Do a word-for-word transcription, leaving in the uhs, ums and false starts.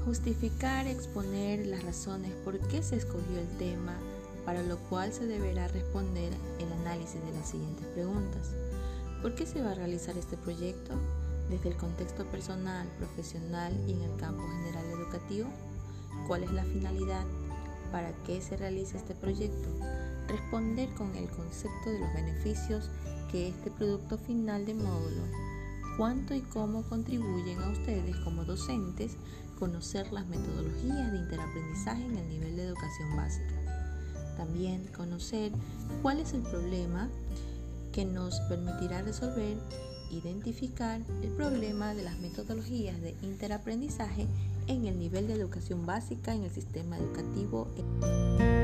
Justificar, exponer las razones por qué se escogió el tema, para lo cual se deberá responder el análisis de las siguientes preguntas. ¿Por qué se va a realizar este proyecto? ¿Desde el contexto personal, profesional y en el campo general educativo? ¿Cuál es la finalidad? ¿Para qué se realiza este proyecto? Responder con el concepto de los beneficios que este producto final de módulo, cuánto y cómo contribuyen a ustedes como docentes conocer las metodologías de interaprendizaje en el nivel de educación básica. También conocer cuál es el problema que nos permitirá resolver, identificar el problema de las metodologías de interaprendizaje en el nivel de educación básica en el sistema educativo.